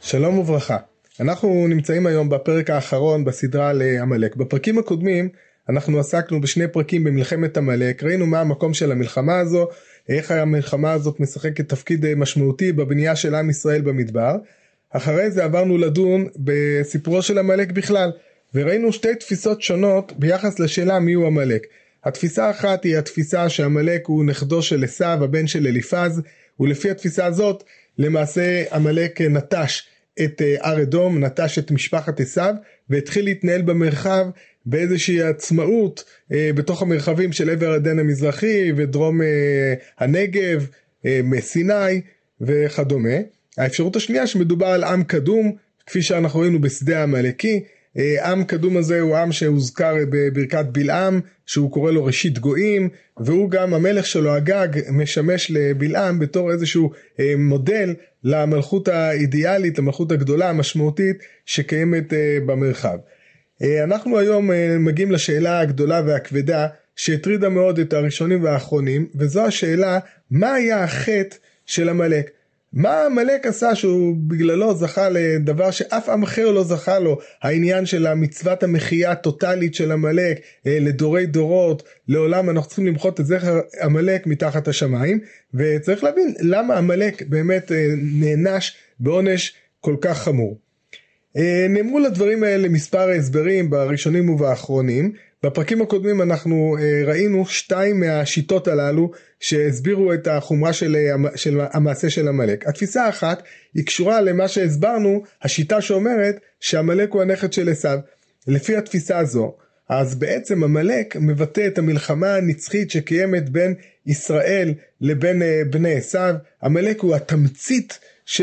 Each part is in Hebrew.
שלום וברכה. אנחנו נמצאים היום בפרק האחרון בסדרה על עמלק. בפרקים הקודמים אנחנו עסקנו בשני פרקים במלחמת עמלק, ראינו מה המקום של המלחמה הזו, איך המלחמה הזאת משחקת תפקיד משמעותי בבנייה של עם ישראל במדבר. אחרי זה עברנו לדון בסיפורו של עמלק בכלל, וראינו שתי תפיסות שונות ביחס לשאלה מיהו עמלק. התפיסה האחת היא התפיסה שעמלק הוא נכדו של עשיו, הבן של אליפז, ולפי התפיסה הזאת למעשה עמלק נטש את הר אדום, נטש את משפחת עשיו והתחיל להתנהל במרחב באיזושהי עצמאות בתוך המרחבים של עבר הירדן המזרחי ודרום הנגב, סיני וכדומה. האפשרות השנייה שמדובר על עם קדום, כפי שאנחנו ראינו בשדה העמלקי. עם קדום הזה הוא עם שהוזכר בברכת בלעם, שהוא קורא לו ראשית גויים, והוא גם המלך שלו אגג משמש לבלעם בתור איזשהו מודל למלכות האידיאלית, למלכות הגדולה המשמעותית שקיימת במרחב. אנחנו היום מגיעים לשאלה הגדולה והכבדה שהטרידה מאוד את הראשונים והאחרונים, וזו השאלה: מה היה החטא של עמלק? מה עמלק עשה שהוא בגללו זכה לדבר שאף עם אחר לא זכה לו? העניין של המצוות המחיה הטוטלית של עמלק לדורי דורות, לעולם אנחנו צריכים למחות את זכר עמלק מתחת השמיים, וצריך להבין למה עמלק באמת נענש בעונש כל כך חמור. נאמרו לדברים האלה מספר הסברים בראשונים ובאחרונים. בפרקים הקודמים אנחנו ראינו שתיים מהשיטות הללו שהסבירו את החומרה של המעשה של עמלק. התפיסה האחת היא קשורה למה שהסברנו, השיטה שאומרת שעמלק הוא הנכד של עשיו. לפי התפיסה הזו, אז בעצם עמלק מבטא את המלחמה הנצחית שקיימת בין ישראל לבין בני עשיו. עמלק הוא התמצית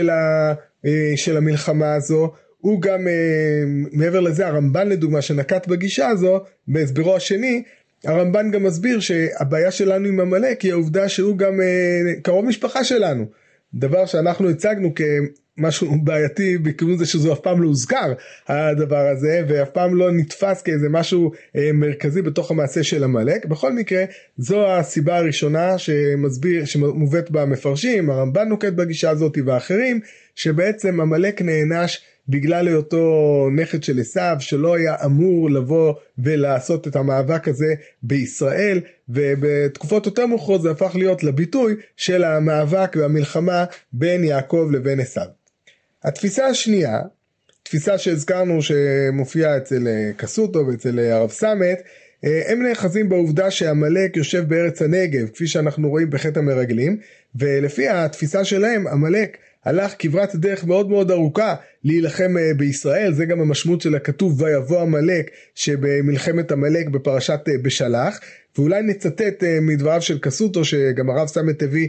של המלחמה הזו. הוא גם, מעבר לזה, הרמב"ן לדוגמה שנקט בגישה הזו, בהסברו השני, הרמב"ן גם מסביר שהבעיה שלנו עם עמלק היא העובדה שהוא גם קרוב משפחה שלנו. דבר שאנחנו הצגנו כמשהו בעייתי בכיוון זה שזו אף פעם לא הוזכר הדבר הזה, ואף פעם לא נתפס כאיזה משהו מרכזי בתוך המעשה של עמלק. בכל מקרה, זו הסיבה הראשונה שמובאת במפרשים, הרמב"ן נוקט בגישה הזאת ואחרים, שבעצם עמלק נענש בגלל היותו נכד של עשיו, שלא היה אמור לבוא ולעשות את המאבק הזה בישראל, ובתקופות יותר מאוחרות זה הפך להיות לביטוי של המאבק והמלחמה בין יעקב לבין עשיו. התפיסה השנייה, תפיסה שהזכרנו שמופיעה אצל קסוטו ואצל הרב סמת, הם נאחזים בעובדה שעמלק יושב בארץ הנגב, כפי שאנחנו רואים בחטא המרגלים, ולפי התפיסה שלהם עמלק הלך כברת דרך מאוד מאוד ארוכה להילחם בישראל. זה גם המשמעות של הכתוב ויבוא עמלק שבמלחמת עמלק בפרשת בשלח, ואולי נצטט מדבריו של קסוטו שגם הרב סמת הביא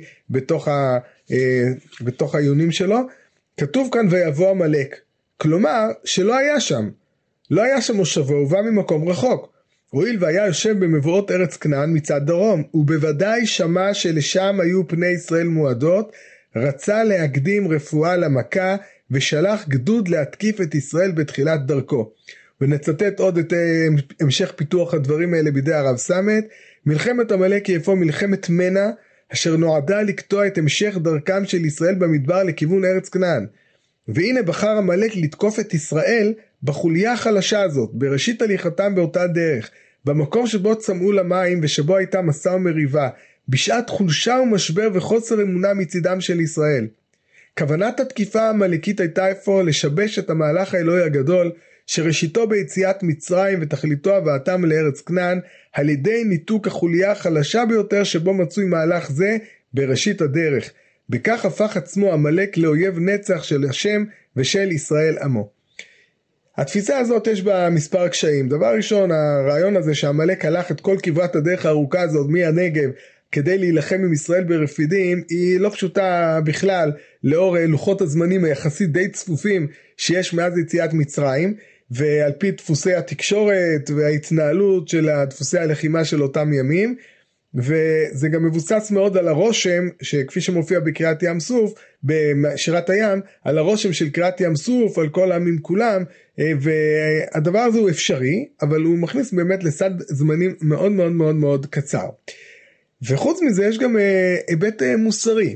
בתוך העיונים שלו. כתוב כאן ויבוא עמלק, כלומר שלא היה שם, לא היה שם מושבו, הוא בא ממקום רחוק. הואיל והיה יושב במבואות ארץ כנען מצד דרום, ובוודאי שמע שלשם היו פני ישראל מועדות, רצה להקדים רפואה למכה ושלח גדוד להתקיף את ישראל בתחילת דרכו. ונצטט עוד את המשך פיתוח הדברים האלה בידי הרב סמת. מלחמת עמלק היא אפוא מלחמת מנע, אשר נועדה לקטוע את המשך דרכם של ישראל במדבר לכיוון ארץ כנען. והנה בחר עמלק לתקוף את ישראל בחוליה החלשה הזאת, בראשית הליכתם באותה דרך, במקום שבו צמאו למים ושבו הייתה מסע ומריבה, בשעת חולשה ומשבר וחוסר אמונה מצידם של ישראל. כוונת התקיפה העמלקית הייתה אפוא לשבש את המהלך האלוהי הגדול, שראשיתו ביציאת מצרים ותכליתו הבאתם לארץ כנען, על ידי ניתוק החוליה החלשה ביותר שבו מצוי מהלך זה בראשית הדרך. בכך הפך עצמו עמלק לאויב נצח של השם ושל ישראל עמו. התפיסה הזאת יש בה מספר קשיים. דבר ראשון, הרעיון הזה שעמלק הלך את כל כברת הדרך הארוכה הזאת מהנגב כדי להילחם עם ישראל ברפידים, היא לא פשוטה בכלל לאור לוחות הזמנים היחסית די צפופים שיש מאז יציאת מצרים, ועל פי דפוסי התקשורת וההתנהלות של דפוסי הלחימה של אותם ימים. וזה גם מבוסס מאוד על הרושם שכפי שמופיע בקריאת ים סוף, בשירת הים, על הרושם של קריאת ים סוף על כל העמים כולם, והדבר הזה הוא אפשרי, אבל הוא מכניס באמת לסד זמנים מאוד מאוד מאוד מאוד קצר. וחוץ מזה יש גם היבט מוסרי.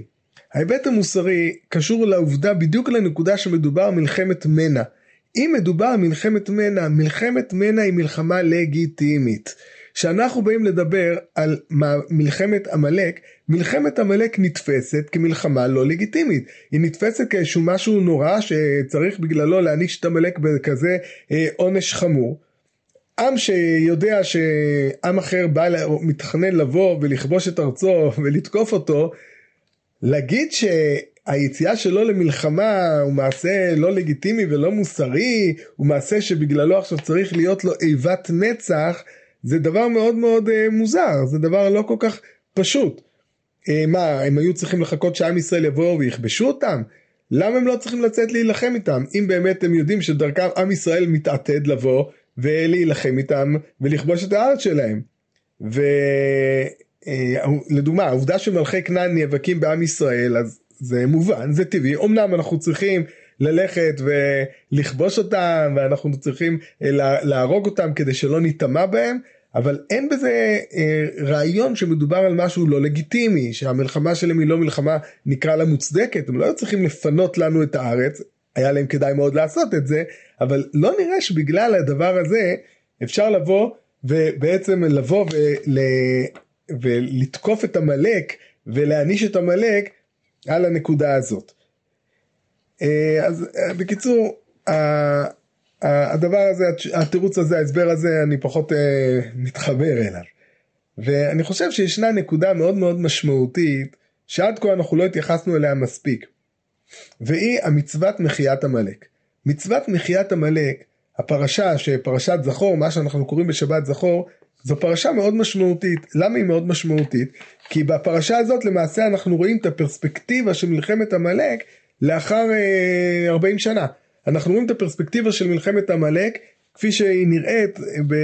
ההיבט המוסרי קשור לעובדה בדיוק לנקודה שמדובר מלחמת מנע. אם מדובר מלחמת מנע, מלחמת מנע היא מלחמה לגיטימית. כשאנחנו באים לדבר על מלחמת עמלק, מלחמת עמלק נתפסת כמלחמה לא לגיטימית. היא נתפסת כאיזשהו משהו נורא שצריך בגללו להעניש את עמלק בכזה עונש חמור. עם שיודע שעם אחר מתכנן לבוא ולכבוש את ארצו ולתקוף אותו, להגיד שהיציאה שלו למלחמה הוא מעשה לא לגיטימי ולא מוסרי, הוא מעשה שבגללו עכשיו צריך להיות לו איבת נצח, זה דבר מאוד מאוד מוזר, זה דבר לא כל כך פשוט. מה, הם היו צריכים לחכות שעם ישראל יבואו ויכבשו אותם? למה הם לא צריכים לצאת להילחם איתם? אם באמת הם יודעים שדרכם עם ישראל מתעתד לבוא ולהילחם איתם ולכבוש את הארץ שלהם. ולדוגמה, העובדה שמלכי כנען נאבקים בעם ישראל, אז זה מובן, זה טבעי. אמנם אנחנו צריכים ללכת ולכבוש אותם, ואנחנו צריכים להרוג אותם כדי שלא ניטמע בהם, אבל אין בזה רעיון שמדובר על משהו לא לגיטימי, שהמלחמה שלהם היא לא מלחמה נקרא לה מוצדקת, הם לא צריכים לפנות לנו את הארץ, היה להם כדאי מאוד לעשות את זה, אבל לא נראה שבגלל הדבר הזה אפשר לבוא ובעצם לבוא ולתקוף את עמלק ולהעניש את עמלק על הנקודה הזאת. אז בקיצור, הדבר הזה, התירוץ הזה, ההסבר הזה, אני פחות מתחבר אליו. ואני חושב שישנה נקודה מאוד מאוד משמעותית, שעד כה אנחנו לא התייחסנו אליה מספיק. והיא המצוות מחיית עמלק. מצוות מחיית עמלק, הפרשה שפרשת זכור, מה שאנחנו קוראים בשבת זכור, זו פרשה מאוד משמעותית. למה היא מאוד משמעותית? כי בפרשה הזאת למעשה אנחנו רואים את הפרספקטיבה של מלחמת עמלק לאחר 40 שנה. אנחנו רואים את הפרספקטיבה של מלחמת עמלק כפי שהיא נראית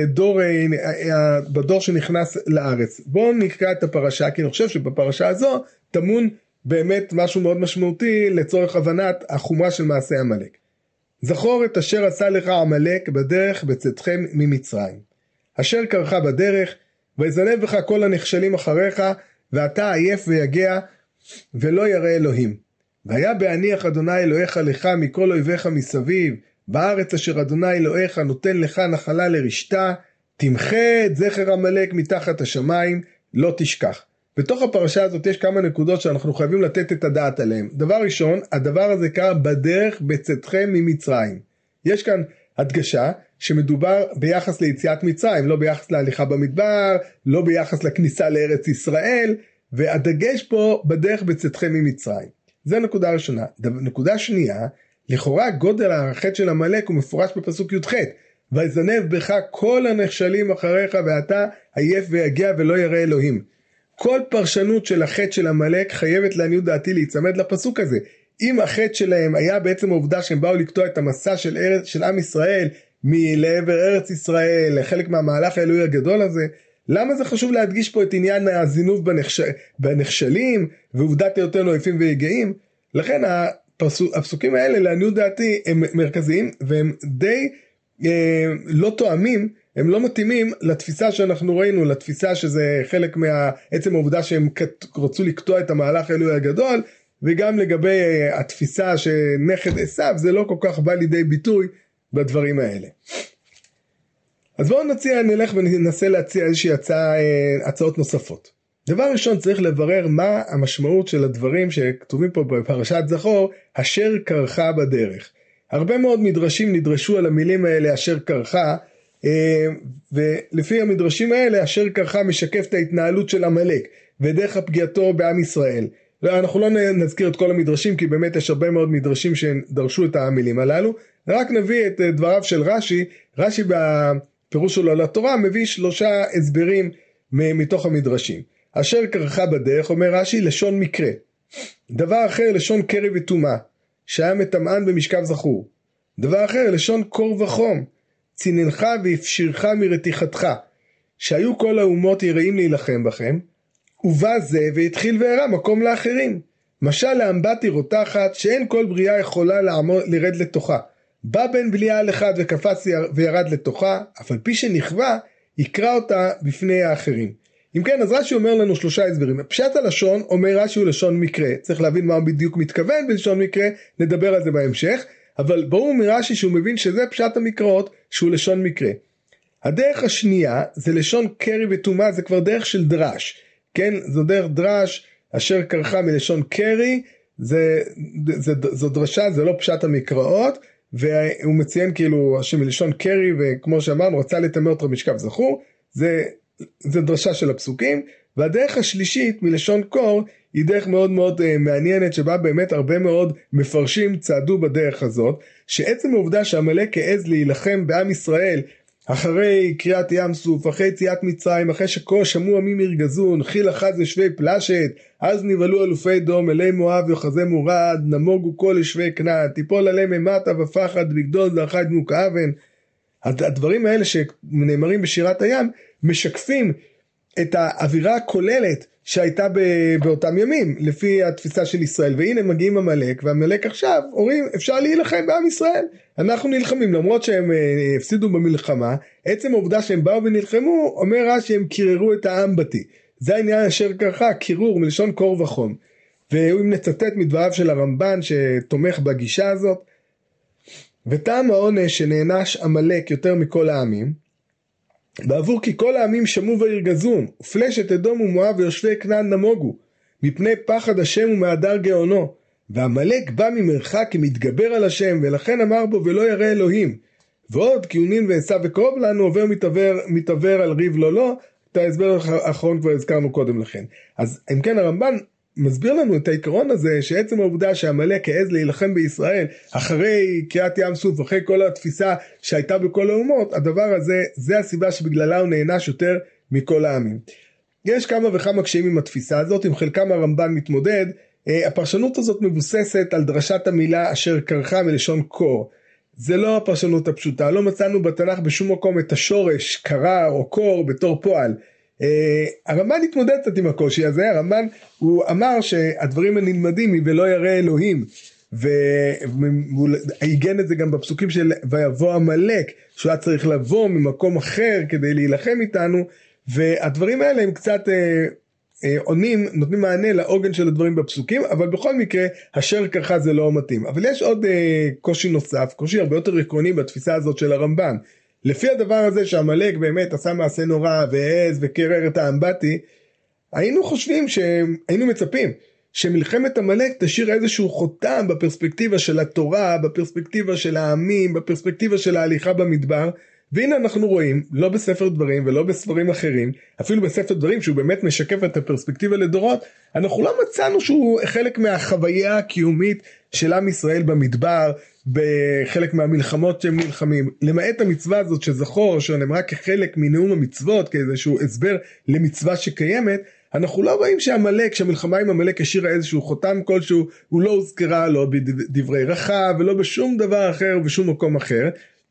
בדור שנכנס לארץ. בואו נקרא את הפרשה, כי אני חושב שבפרשה הזו טמון באמת משהו מאוד משמעותי לצורך הבנת החומרה של מעשה עמלק. זכור את אשר עשה לך עמלק בדרך בצאתכם ממצרים. אשר קרך בדרך, ויזנב בך כל הנחשלים אחריך, ואתה עייף ויגע, ולא ירא אלוהים. והיה בהניח אדוני אלוהיך לך מכל אויביך מסביב, בארץ אשר אדוני אלוהיך נותן לך נחלה לרשתה, תמחה את זכר עמלק מתחת השמיים, לא תשכח. בתוך הפרשה הזאת יש כמה נקודות שאנחנו חייבים לתת את הדעת עליהן. דבר ראשון, הדבר הזה קרה בדרך בצאתכם ממצרים. יש כאן הדגשה שמדובר ביחס ליציאת מצרים, לא ביחס להליכה במדבר, לא ביחס לכניסה לארץ ישראל, והדגש פה בדרך בצאתכם ממצרים. זו נקודה ראשונה. נקודה שנייה, לכאורה גודל החטא של עמלק הוא מפורש בפסוק י"ח, ויזנב בך כל הנחשלים אחריך ואתה עייף ויגע ולא ירא אלוהים. כל פרשנות של החטא של עמלק חייבת לעניות דעתי להיצמד לפסוק הזה. אם החטא שלהם היה בעצם העובדה שהם באו לקטוע את המסע של עם ישראל לעבר ארץ ישראל, לחלק מהמהלך האלוהי הגדול הזה, למה זה חשוב להדגיש פה את עניין הזינוב בנחשלים ועובדת היותנו עייפים ויגעים? לכן הפסוקים האלה לעניות דעתי הם מרכזיים והם די לא תואמים, הם לא מתאימים לתפיסה שאנחנו ראינו, לתפיסה שזה חלק מעצם העובדה שהם רצו לקטוע את המהלך האלוהי הגדול, וגם לגבי התפיסה שנכד עשיו זה לא כל כך בא לידי ביטוי בדברים האלה. אז בואו נלך וננסה להציע איזושהי הצעות נוספות. דבר ראשון צריך לברר מה המשמעות של הדברים שכתובים פה בפרשת זכור, אשר קרך בדרך. הרבה מאוד מדרשים נדרשו על המילים האלה אשר קרך, ולפי המדרשים האלה אשר קרך משקף את ההתנהלות של עמלק ודרך הפגיעתו בעם ישראל. אנחנו לא נזכיר את כל המדרשים כי באמת יש הרבה מאוד מדרשים שדרשו את המילים הללו, רק נביא את דבריו של רש"י. רש"י בפירוש שלו לתורה מביא 3 הסברים מתוך המדרשים. אשר קרך בדרך, אומר רש"י, לשון מקרה. דבר אחר לשון קרב וטומאה, שהיה מטמאן במשכב זכור. דבר אחר לשון קור וחום, ציננך והפשירך מרתיחתך, שהיו כל האומות יראים להילחם בכם, ובא זה והתחיל והראה מקום לאחרים. משל לאמבטי רותחת שאין כל בריאה יכולה לרד לתוכה. בא בן בליעל אחד וקפץ וירד לתוכה, אף על פי שנכווה יקרא אותה בפני האחרים. אם כן, אז רש"י אומר לנו 3 הסברים. פשט הלשון אומר רש"י הוא לשון מקרה, צריך להבין מה הוא בדיוק מתכוון בלשון מקרה, נדבר על זה בהמשך, אבל ברור מרש"י שהוא מבין שזה פשט המקראות שהוא לשון מקרה. הדרך השנייה זה לשון קרי וטומאה, זה כבר דרך של דרש, כן? זו דרך דרש אשר קרחה מלשון קרי, זו דרשה, זה לא פשט המקראות, והוא מציין כאילו שמלשון קרי, וכמו שאמרנו רצה לטמא אותו משכב זכור, זה דרשה של הפסוקים. והדרך השלישית מלשון קור היא דרך מאוד מאוד מעניינת, שבה באמת הרבה מאוד מפרשים צעדו בדרך הזאת, שעצם העובדה שעמלק העז להילחם בעם ישראל אחרי קריאת ים סוף, אחרי יציאת מצרים, אחרי שכל שמעו עמים ירגזון, חיל אחז יושבי פלשת, אז נבהלו אלופי דום, אלי מואב יוחזי מורד, נמוגו כל יושבי כנען, תיפול עליהם אימתה ופחד וגדול זרחה דמוק האבן. הדברים האלה שנאמרים בשירת הים משקפים את האווירה הכוללת שהייתה באותם ימים לפי התפיסה של ישראל. והנה מגיעים עמלק, והעמלק עכשיו אומרים אפשר להילחם בעם ישראל, אנחנו נלחמים למרות שהם הפסידו במלחמה. עצם העובדה שהם באו ונלחמו אומר רש"י הם קיררו את העם בתי, זה העניין אשר קרחה, קירור מלשון קור וחום. ואם נצטט מדבריו של הרמב"ן שתומך בגישה הזאת, וטעם העונש שנענש עמלק יותר מכל העמים בעבור כי כל העמים שמעו וירגזון, ופלשת אדום ומואב ויושבי כנען נמוגו, מפני פחד השם ומהדר גאונו. ועמלק בא ממרחק כמתגבר על השם, ולכן אמר בו ולא ירא אלוהים. ועוד כי הוא נין ועשיו וקרוב לנו, עובר מתעבר על ריב לא, את ההסבר האחרון כבר הזכרנו קודם לכן. אז אם כן הרמב"ן מסביר לנו את העיקרון הזה, שעצם העובדה שעמלק העז להילחם בישראל אחרי קריאת ים סוף, אחרי כל התפיסה שהייתה בכל האומות, הדבר הזה זה הסיבה שבגללה הוא נענש יותר מכל העמים. יש כמה וכמה קשיים עם התפיסה הזאת, עם חלקם הרמב"ן מתמודד. הפרשנות הזאת מבוססת על דרשת המילה אשר קרחה מלשון קור. זה לא הפרשנות הפשוטה, לא מצאנו בתנ"ך בשום מקום את השורש קרא או קור בתור פועל. הרמב"ן התמודד קצת עם הקושי הזה. הרמב"ן הוא אמר שהדברים הנלמדים ולא ירא אלוהים, והוא עיגן את זה גם בפסוקים של ויבוא עמלק, שהוא היה צריך לבוא ממקום אחר כדי להילחם איתנו, והדברים האלה הם קצת נותנים מענה לעוגן של הדברים בפסוקים, אבל בכל מקרה אשר קרחה זה לא מתאים. אבל יש עוד קושי נוסף, קושי הרבה יותר עקרוני בתפיסה הזאת של הרמב"ן. לפי הדבר הזה שעמלק באמת עשה מעשה נורא והעז וקרר את העם בתי, היינו מצפים שמלחמת עמלק תשאיר איזשהו חותם בפרספקטיבה של התורה, בפרספקטיבה של העמים, בפרספקטיבה של ההליכה במדבר. והנה אנחנו רואים, לא בספר דברים ולא בספרים אחרים, אפילו בספר דברים שהוא באמת משקף את הפרספקטיבה לדורות, אנחנו לא מצאנו שהוא חלק מהחוויה הקיומית של עם ישראל במדבר, בחלק מהמלחמות שהם נלחמים. למעט המצווה הזאת שזכור, שנאמרה כחלק מנאום המצוות, כאיזשהו הסבר למצווה שקיימת, אנחנו לא רואים שהמלחמה עם עמלק השאירה איזשהו חותם כלשהו, הוא לא הוזכרה לא בדברי רחב ולא בשום דבר אחר ובשום מקום אחר.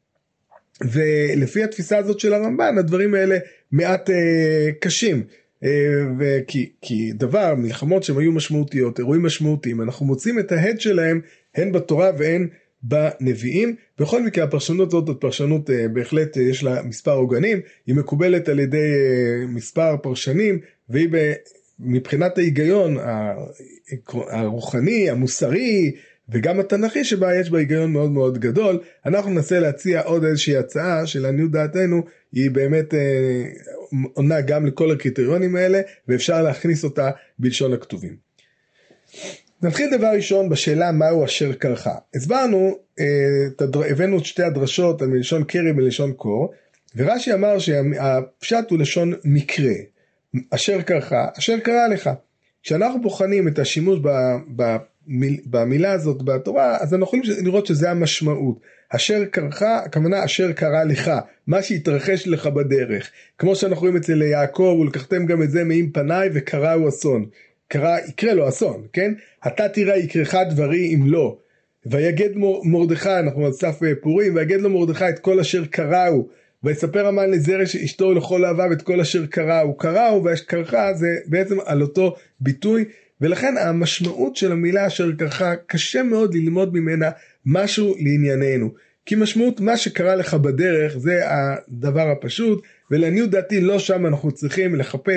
ולפי התפיסה הזאת של הרמב"ן הדברים האלה מעט קשים, כי דבר מלחמות שהן היו משמעותיות, אירועים משמעותיים, אנחנו מוצאים את ההד שלהם הן בתורה והן בנביאים. בכל מקרה הפרשנות זאת הפרשנות בהחלט יש לה מספר עוגנים, היא מקובלת על ידי מספר פרשנים, והיא מבחינת ההיגיון הרוחני, המוסרי וגם התנ"כי שבה יש בה היגיון מאוד מאוד גדול. אנחנו ננסה להציע עוד איזושהי הצעה שלעניות דעתנו היא באמת עונה גם לכל הקריטריונים האלה, ואפשר להכניס אותה בלשון הכתובים. נתחיל דבר ראשון בשאלה מהו אשר קרחה. הסברנו, הבאנו את שתי הדרשות על מלשון קרי ולשון קור, ורש"י אמר שהפשט הוא לשון מקרה. אשר קרחה, אשר קרה לך. כשאנחנו בוחנים את השימוש במילה הזאת בתורה, אז אנחנו יכולים לראות שזה המשמעות. אשר קרחה, הכוונה אשר קרה לך, מה שהתרחש לך בדרך. כמו שאנחנו רואים אצל יעקב, ולקחתם גם את זה מעם פניי וקרה הוא אסון. יקרה לו אסון, כן? אתה תראה יקרך דברי אם לא. ויגד מרדכי, אנחנו על סף פורים, ויגד לו מרדכי את כל אשר קראו. ויספר המן לזרש אשתו לכל אהביו את כל אשר קראו. קראו והקרחה זה בעצם על אותו ביטוי, ולכן המשמעות של המילה אשר קרחה קשה מאוד ללמוד ממנה משהו לענייננו. כי משמעות מה שקרה לך בדרך זה הדבר הפשוט, ולעניות דעתי לא שם אנחנו צריכים לחפש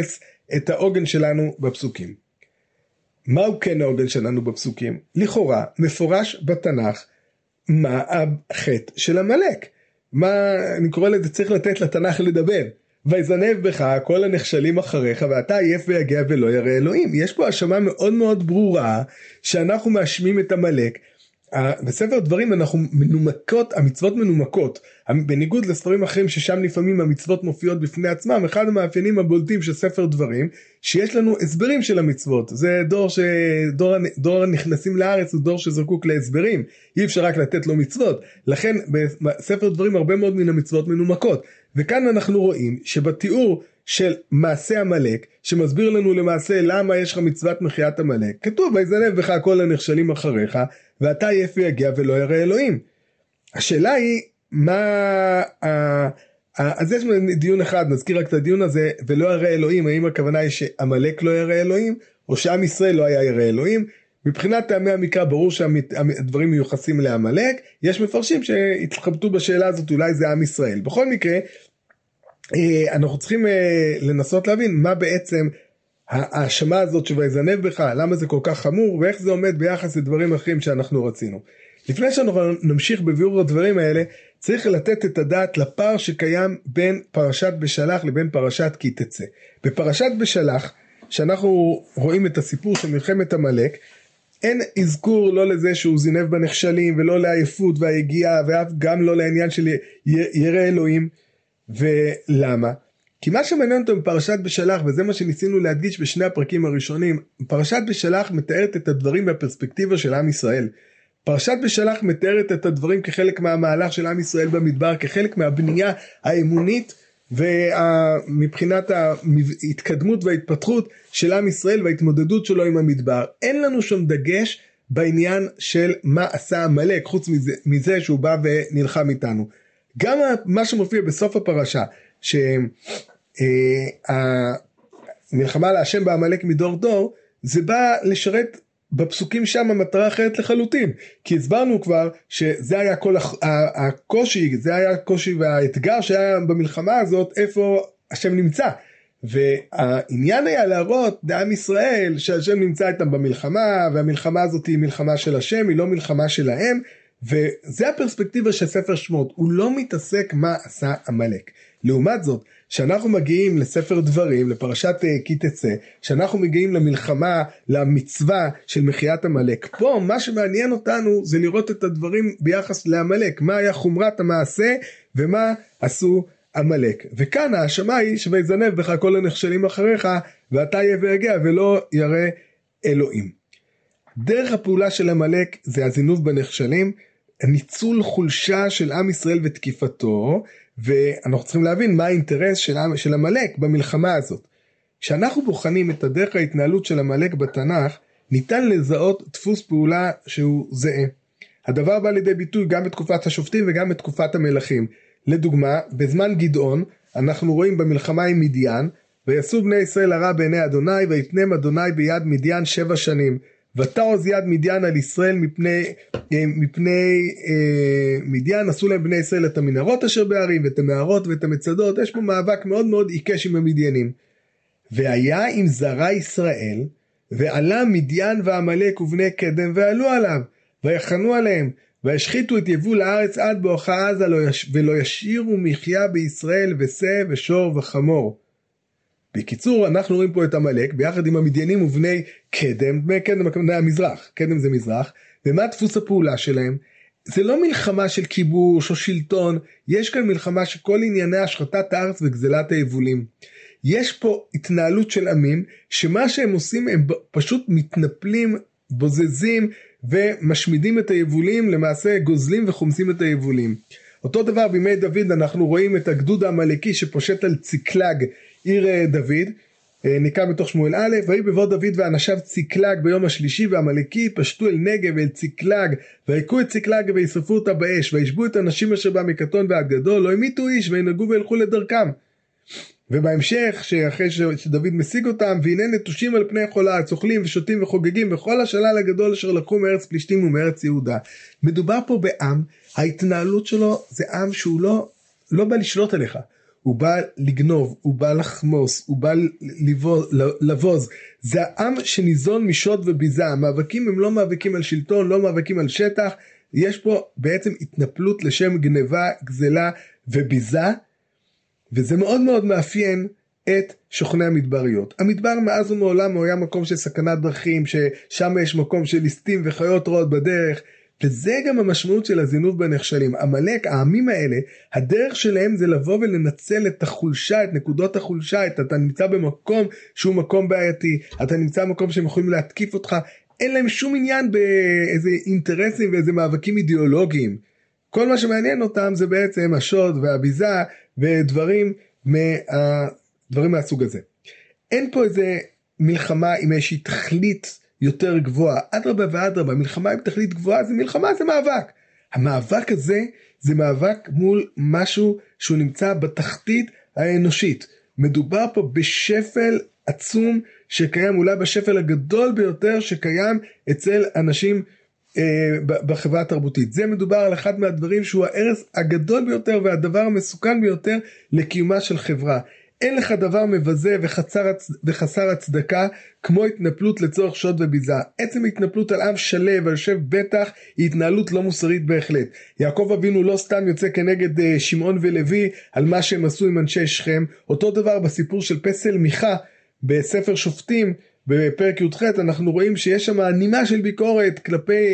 את העוגן שלנו בפסוקים. מהו כן העוגן שלנו בפסוקים? לכאורה מפורש בתנ"ך מה החטא של עמלק. מה אני קורא לזה, צריך לתת לתנ"ך לדבר. ויזנב בך כל הנחשלים אחריך ואתה עייף ויגע ולא ירא אלוהים. יש פה האשמה מאוד מאוד ברורה שאנחנו מאשמים את עמלק. בספר דברים אנחנו מנומקות, המצוות מנומקות, בניגוד לספרים אחרים ששם לפעמים המצוות מופיעות בפני עצמם. אחד המאפיינים הבולטים של ספר דברים שיש לנו הסברים של המצוות. זה דור הנכנסים לארץ הוא דור שזקוק להסברים, אי אפשר רק לתת לו מצוות, לכן בספר דברים הרבה מאוד מן המצוות מנומקות. וכאן אנחנו רואים שבתיאור של מעשה עמלק שמסביר לנו למעשה למה יש לך מצוות מחיית עמלק, כתוב ויזנב בך כל הנחשלים אחריך ואתה עייף ויגע ולא ירא אלוהים. השאלה היא אז יש דיון אחד, נזכיר רק את הדיון הזה, ולא ירא אלוהים, האם הכוונה היא שעמלק לא ירא אלוהים או שעם ישראל לא היה ירא אלוהים? מבחינת טעמי המקרא ברור שהדברים מיוחסים לעמלק, יש מפרשים שהתחבטו בשאלה הזאת, אולי זה עם ישראל. בכל מקרה אנחנו צריכים לנסות להבין מה בעצם ההאשמה הזאת שויזנב בך, למה זה כל כך חמור ואיך זה עומד ביחס לדברים אחרים שאנחנו רצינו. לפני שאנחנו נמשיך בביאור הדברים האלה, צריך לתת את הדעת לפער שקיים בין פרשת בשלח לבין פרשת כי תצא. בפרשת בשלח, שאנחנו רואים את הסיפור של מלחמת עמלק, אין אזכור לא לזה שהוא זינב בנחשלים ולא לעייפות והיגיעה וגם לא לעניין של ירא אלוהים. ולמה? כי מה שמעניין אותו בפרשת בשלח, וזה מה שניסינו להדגיש בשני הפרקים הראשונים, פרשת בשלח מתארת את הדברים בפרספקטיבה של עם ישראל. פרשת בשלח מתארת את הדברים כחלק מהמהלך של עם ישראל במדבר, כחלק מהבנייה האמונית ומבחינת ההתקדמות וההתפתחות של עם ישראל וההתמודדות שלו עם המדבר. אין לנו שום דגש בעניין של מה עשה עמלק, חוץ מזה שהוא בא ונלחם איתנו. גם מה שמופיע בסוף הפרשה, שהמלחמה להשם בעמלק מדור דור, זה בא לשרת בפסוקים שם המטרה אחרת לחלוטין, כי הסברנו כבר שזה היה כל הקושי, זה היה הקושי והאתגר שהיה במלחמה הזאת, איפה השם נמצא, והעניין היה להראות לעם ישראל שהשם נמצא איתם במלחמה, והמלחמה הזאת היא מלחמה של השם, היא לא מלחמה שלהם, וזה הפרספקטיבה של ספר שמות, הוא לא מתעסק מה עשה עמלק. לעומת זאת, שאנחנו מגיעים לספר דברים, לפרשת כי תצא, שאנחנו מגיעים למלחמה, למצווה של מחיית עמלק, פה מה שמעניין אותנו זה לראות את הדברים ביחס לעמלק, מה היה חומרת המעשה ומה עשו עמלק. וכאן האשמה היא שויזנב בך כל הנחשלים אחריך ואתה עייף ויגע ולא ירא אלוהים. דרך הפעולה של עמלק זה הזינוב בנחשלים, ניצול חולשה של עם ישראל ותקיפתו, ואנחנו צריכים להבין מה האינטרס של עמלק במלחמה הזאת. כשאנחנו בוחנים את הדרך ההתנהלות של עמלק בתנ"ך, ניתן לזהות דפוס פעולה שהוא זהה. הדבר בא לידי ביטוי גם בתקופת השופטים וגם בתקופת המלכים. לדוגמה, בזמן גדעון אנחנו רואים במלחמה עם מדיין, ויעשו בני ישראל הרע בעיני אדוני, ויפנם אדוני ביד מדיין 7 שנים. ותעוז יד מדיין על ישראל מפני מדיין, עשו להם בני ישראל את המנהרות אשר בהרים ואת המערות ואת המצדות. יש פה מאבק מאוד מאוד עיקש עם המדיינים. והיה עם זרע ישראל ועלה מדיין ועמלק ובני קדם ועלו עליו ויחנו עליהם וישחיתו את יבול הארץ עד בואכה עזה ולא ישאירו מחיה בישראל ושה ושור וחמור. בקיצור, אנחנו רואים פה את עמלק ביחד עם המדיינים ובני קדם, בני קדם הכוונה המזרח, קדם זה מזרח, ומה דפוס הפעולה שלהם? זה לא מלחמה של כיבוש או שלטון, יש כאן מלחמה שכל ענייני השחתת הארץ וגזלת היבולים. יש פה התנהלות של עמים, שמה שהם עושים הם פשוט מתנפלים, בוזזים ומשמידים את היבולים, למעשה גוזלים וחומסים את היבולים. אותו דבר בימי דוד אנחנו רואים את הגדוד העמלקי שפושט על ציקלג, עיר דוד, נקרא בתוך שמואל א', ויהי בבוא דוד ואנשיו ציקלג ביום השלישי, והעמלקי פשטו אל נגב אל ציקלג, והיכו את ציקלג וישרפו אותה באש, וישבו את הנשים אשר בה מקטון ועד גדול, לא המיתו איש וינהגו וילכו לדרכם. ובהמשך, שאחרי שדוד משיג אותם, והנה נטושים על פני כל הארץ, אוכלים ושותים וחוגגים בכל השלל הגדול אשר לקחו מארץ פלישתים ומארץ יהודה. מדובר פה בעם, ההתנהלות שלו זה עם שהוא לא בא לשלוט עליך. הוא בא לגנוב, הוא בא לחמוס, הוא בא לבוז. זה העם שניזון משוד וביזה. המאבקים הם לא מאבקים על שלטון, לא מאבקים על שטח, יש פה בעצם התנפלות לשם גניבה, גזלה וביזה, וזה מאוד מאוד מאפיין את שוכני המדבריות. המדבר מאז ומעולם הוא היה מקום של סכנת דרכים, ששם יש מקום של ליסטים וחיות רעות בדרך, וזה גם המשמעות של הזינוב בנחשלים. עמלק, העמים האלה, הדרך שלהם זה לבוא ולנצל את החולשה, את נקודות החולשה, אתה נמצא במקום שהוא מקום בעייתי, אתה נמצא במקום שהם יכולים להתקיף אותך, אין להם שום עניין באיזה אינטרסים ואיזה מאבקים אידיאולוגיים. כל מה שמעניין אותם זה בעצם השוד והביזה ודברים מהסוג הזה. אין פה איזה מלחמה עם איזושהי תכלית יותר גבוהה, אדרבה ואדרבה, מלחמה עם תכלית גבוהה, זה מלחמה, זה מאבק. המאבק הזה זה מאבק מול משהו שהוא נמצא בתחתית האנושית. מדובר פה בשפל עצום שקיים, אולי בשפל הגדול ביותר שקיים אצל אנשים בחברה התרבותית. זה מדובר על אחד מהדברים שהוא ההרס הגדול ביותר והדבר המסוכן ביותר לקיומה של חברה. אין לך דבר מבזה וחסר הצדקה כמו התנפלות לצורך שוד וביזה. עצם התנפלות על עם שלם ועל שב בטח היא התנהלות לא מוסרית בהחלט. יעקב אבינו לא סתם יוצא כנגד שמעון ולוי על מה שהם עשו עם אנשי שכם. אותו דבר בסיפור של פסל מיכה בספר שופטים בפרק י"ח, אנחנו רואים שיש שם נימה של ביקורת כלפי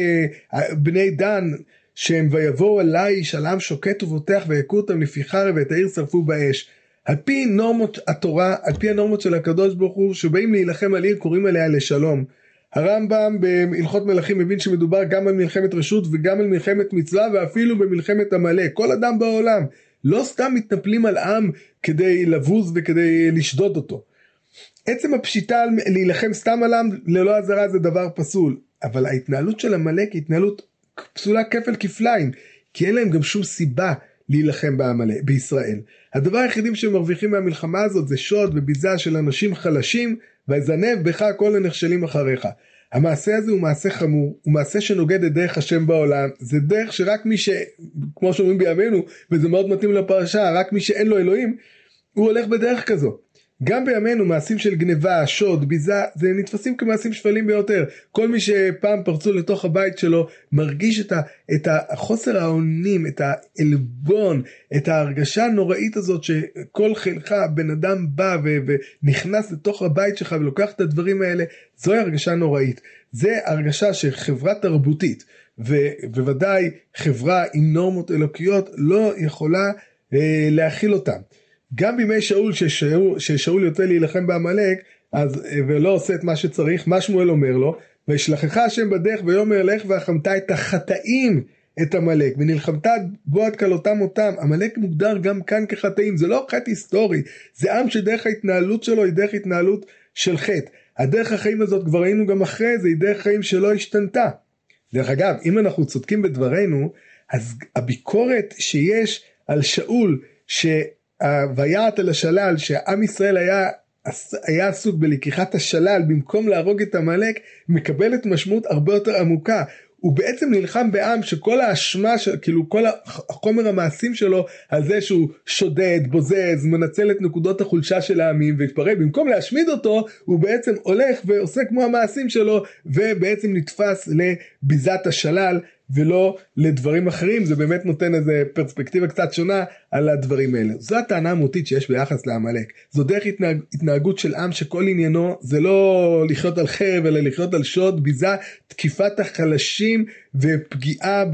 בני דן, שהם ויבואו אליי איש על עם שוקט ובוטח ויכו אותם לפי חרב ואת העיר שרפו באש. על פי נורמות התורה, על פי הנורמות של הקדוש ברוך הוא, שבאים להילחם על עיר קוראים עליה לשלום. הרמב"ם בהלכות מלכים מבין שמדובר גם על מלחמת רשות וגם על מלחמת מצווה ואפילו במלחמת עמלק. כל אדם בעולם לא סתם מתנפלים על עם כדי לבוז וכדי לשדוד אותו. עצם הפשיטה להילחם סתם על עם ללא עזרה זה דבר פסול, אבל ההתנהלות של עמלק היא התנהלות פסולה כפל כפליים, כי אין להם גם שום סיבה להילחם בישראל. הדבר היחידים שמרוויחים מהמלחמה הזאת זה שוד וביזה של אנשים חלשים, ויזנב בך כל הנכשלים אחריך. המעשה הזה הוא מעשה חמור, הוא מעשה שנוגד את דרך השם בעולם, זה דרך שרק מי כמו שאומרים בימינו, וזה מאוד מתאים לפרשה, רק מי שאין לו אלוהים, הוא הולך בדרך כזו. גם בימינו מעשים של גניבה, שוד, ביזה, זה נתפסים כמעשים שפלים ביותר. כל מי שפעם פרצו לתוך הבית שלו, מרגיש את החוסר האונים, את העלבון, את ההרגשה הנוראית הזאת שכל חילך בן אדם בא ונכנס לתוך הבית שלך ולוקח את הדברים האלה, זוהי הרגשה נוראית. זה הרגשה שחברה תרבותית, ובוודאי חברה עם נורמות אלוקיות לא יכולה להכיל אותם. גם בימי שאול, ששאול יוצא להילחם בעמלק, ולא עושה את מה שצריך, מה שמואל אומר לו, וישלחך השם בדרך ויאמר לך והחמת את החטאים את עמלק, ונלחמת בו עד כלותם אותם. עמלק מוגדר גם כאן כחטאים, זה לא חטא היסטורי, זה עם שדרך ההתנהלות שלו היא דרך התנהלות של חטא. הדרך החיים הזאת כבר ראינו גם אחרי זה, היא דרך חיים שלא השתנתה. דרך אגב, אם אנחנו צודקים בדברנו, אז הביקורת שיש על שאול, ויעט על השלל, שעם ישראל היה עסוק בלקיחת השלל במקום להרוג את עמלק, מקבלת משמעות הרבה יותר עמוקה. הוא בעצם נלחם בעם שכל האשמה, כאילו כל החומר המעשים שלו על זה שהוא שודד, בוזז, מנצל את נקודות החולשה של העמים והתפרק, במקום להשמיד אותו הוא בעצם הולך ועושה כמו המעשים שלו, ובעצם נתפס לביזת השלל ולא לדברים אחרים. זה באמת נותן איזו פרספקטיבה קצת שונה על הדברים האלה. זו הטענה המהותית שיש ביחס לעמלק. זו דרך התנהגות של עם שכל עניינו זה לא לחיות על חרב אלא לחיות על שוד, ביזה, תקיפת החלשים ופגיעה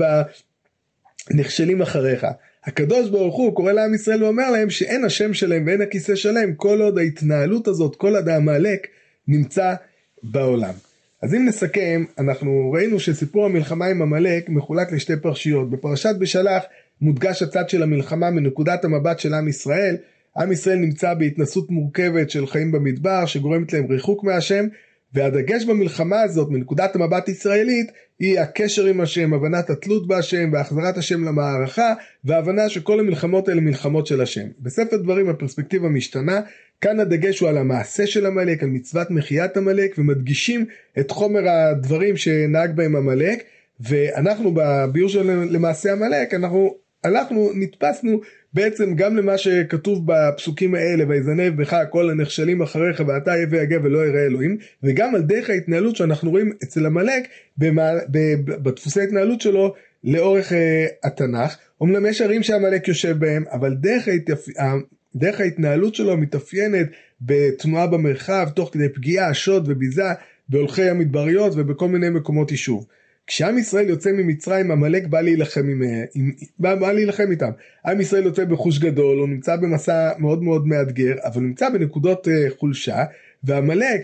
בנכשלים אחריך. הקדוש ברוך הוא קורא לעם ישראל ואומר להם שאין השם שלהם ואין הכיסא שלהם כל עוד ההתנהלות הזאת, כל עוד העמלק נמצא בעולם. אז אם נסכם, אנחנו ראינו שסיפור המלחמה עם עמלק מחולק לשתי פרשיות. בפרשת בשלח מודגש הצד של המלחמה מנקודת המבט של עם ישראל. עם ישראל נמצא בהתנסות מורכבת של חיים במדבר שגורמת להם ריחוק מהשם, והדגש במלחמה הזאת מנקודת המבט ישראלית היא הקשר עם השם, הבנת התלות בהשם והחזרת השם למערכה, והבנה שכל המלחמות האלה מלחמות של השם. בספר דברים הפרספקטיבה משתנה, כאן הדגש הוא על המעשה של עמלק, על מצוות מחיית עמלק, ומדגישים את חומר הדברים שנהג בהם עמלק, ואנחנו בביאור של למעשה עמלק, אנחנו אנחנו נתפסנו בעצם גם למה שכתוב בפסוקים האלה, ויזנב בך כל הנחשלים אחריך ואתה יהיה ויגע ולא יראה אלוהים, וגם על דרך ההתנהלות שאנחנו רואים אצל עמלק בדפוסי ההתנהלות שלו לאורך התנ"ך. אומנם יש ערים שעמלק יושב בהם, אבל דרך ההתנהלות שלו מתאפיינת בתנועה במרחב, תוך כדי פגיעה, שוד וביזה בהולכי המדבריות ובכל מיני מקומות יישוב. כשעם ישראל יוצא ממצרים, עמלק בא להילחם איתם. עם ישראל יוצא בחוש גדול, הוא נמצא במסע מאוד מאוד מאתגר, אבל הוא נמצא בנקודות חולשה, ועמלק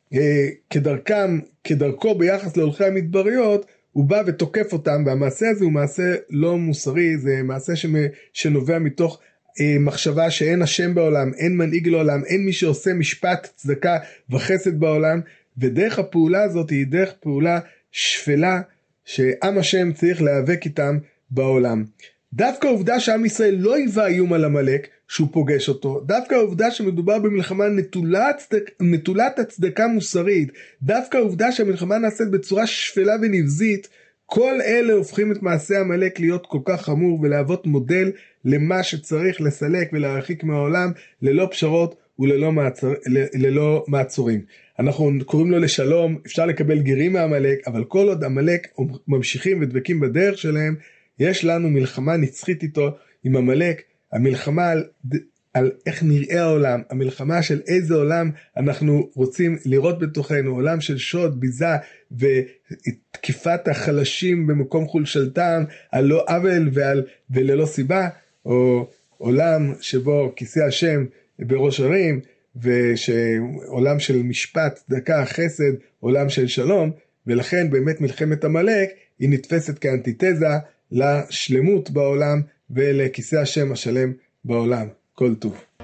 כדרכו ביחס להולכי המדבריות, הוא בא ותוקף אותם, והמעשה הזה הוא מעשה לא מוסרי, זה מעשה שנובע מתוך מחשבה שאין השם בעולם, אין מנהיג לעולם, אין מי שעושה משפט, צדקה וחסד בעולם, ודרך הפעולה הזאת היא דרך פעולה שפלה, שעם השם צריך להיאבק איתם בעולם. דווקא העובדה שעם ישראל לא היווה איום על עמלק שהוא פוגש אותו, דווקא העובדה שמדובר במלחמה נטולת הצדקה מוסרית, דווקא העובדה שהמלחמה נעשית בצורה שפלה ונבזית, כל אלה הופכים את מעשה עמלק להיות כל כך חמור ולהוות מודל למה שצריך לסלק ולהרחיק מהעולם ללא פשרות וללא מעצורים. אנחנו קוראים לו לשלום, אפשר לקבל גרים מעמלק, אבל כל עוד עמלק ממשיכים ודבקים בדרך שלהם, יש לנו מלחמה נצחית איתו עם עמלק, המלחמה על איך נראה העולם, המלחמה של איזה עולם אנחנו רוצים לראות בתוכנו, עולם של שוד, ביזה ותקיפת החלשים במקום חולשתם, על לא עוול וללא סיבה, או עולם שבו כיסא השם בראש ערים, ושעולם של משפט, צדקה, חסד, עולם של שלום, ולכן באמת מלחמת עמלק היא נתפסת כאנטיתזה לשלמות בעולם ולכיסא השם השלם בעולם. כל טוב.